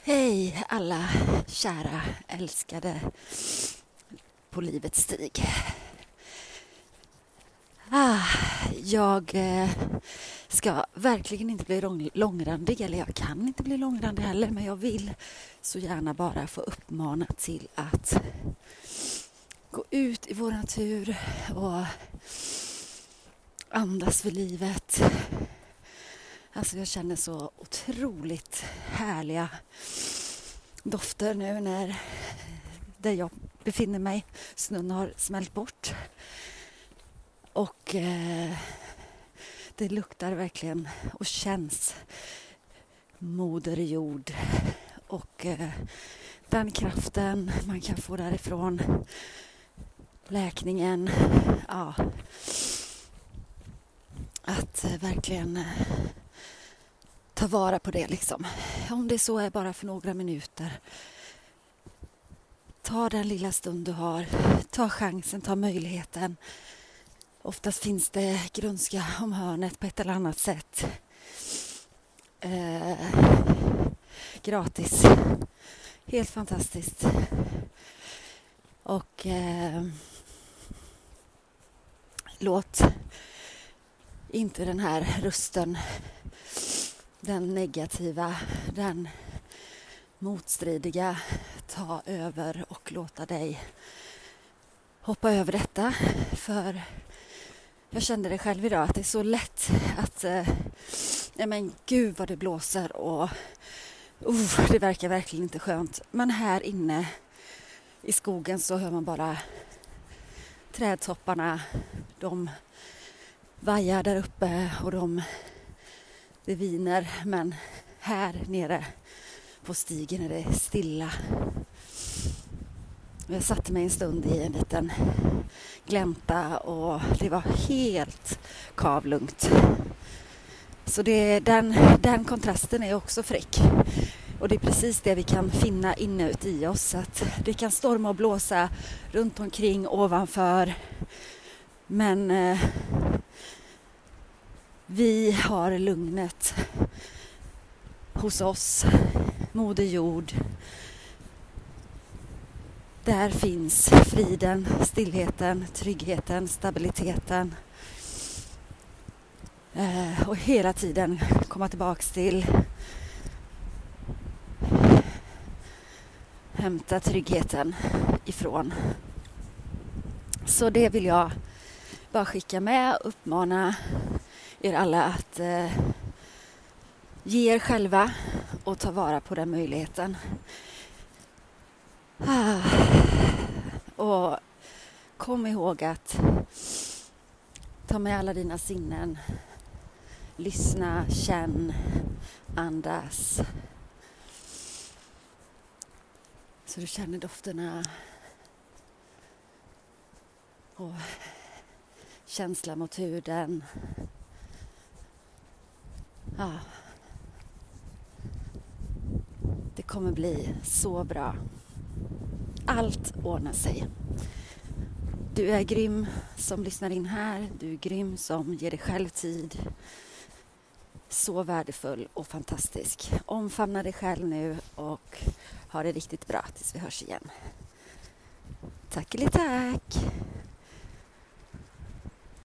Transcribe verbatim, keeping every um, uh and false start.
Hej alla kära älskade på livets stig. Ah, jag eh, ska verkligen inte bli lång, långrandig, eller jag kan inte bli långrandig heller, men jag vill så gärna bara få uppmana till att gå ut i vår natur och andas för livet. Alltså jag känner så otroligt härliga dofter nu när där jag befinner mig. Snön har smält bort. Och eh, det luktar verkligen och känns moder jord. Och eh, den kraften man kan få därifrån, läkningen, ja, att eh, verkligen eh, ta vara på det liksom. Om det så är bara för några minuter. Ta den lilla stund du har. Ta chansen, ta möjligheten. Oftast finns det grönska om hörnet på ett eller annat sätt. Eh, gratis. Helt fantastiskt. Och eh, låt inte den här rösten, den negativa, den motstridiga ta över och låta dig hoppa över detta. För jag kände det själv idag att det är så lätt att eh, ja men gud vad det blåser och uh, det verkar verkligen inte skönt. Men här inne i skogen så hör man bara trädtopparna, de vajar där uppe och de det viner, men här nere på stigen är det stilla. Jag satte mig en stund i en liten glänta och det var helt kavlugnt. Så det, den, den kontrasten är också fräck. Och det är precis det vi kan finna inuti oss. Att det kan storma och blåsa runt omkring, ovanför. Men eh, vi har lugnet hos oss, moder jord. Där finns friden, stillheten, tryggheten, stabiliteten. Eh, och hela tiden komma tillbaks till hämta tryggheten ifrån. Så det vill jag bara skicka med och uppmana er alla att eh, ge er själva och ta vara på den möjligheten. Ah. Och kom ihåg att ta med alla dina sinnen. Lyssna, känn, andas. Så du känner dofterna och känslan mot huden. Ja. Det kommer bli så bra. Allt ordnar sig. Du är grym som lyssnar in här. Du är grym som ger dig själv tid. Så värdefull och fantastisk. Omfamna dig själv nu och ha det riktigt bra tills vi hörs igen. Tack eller tack!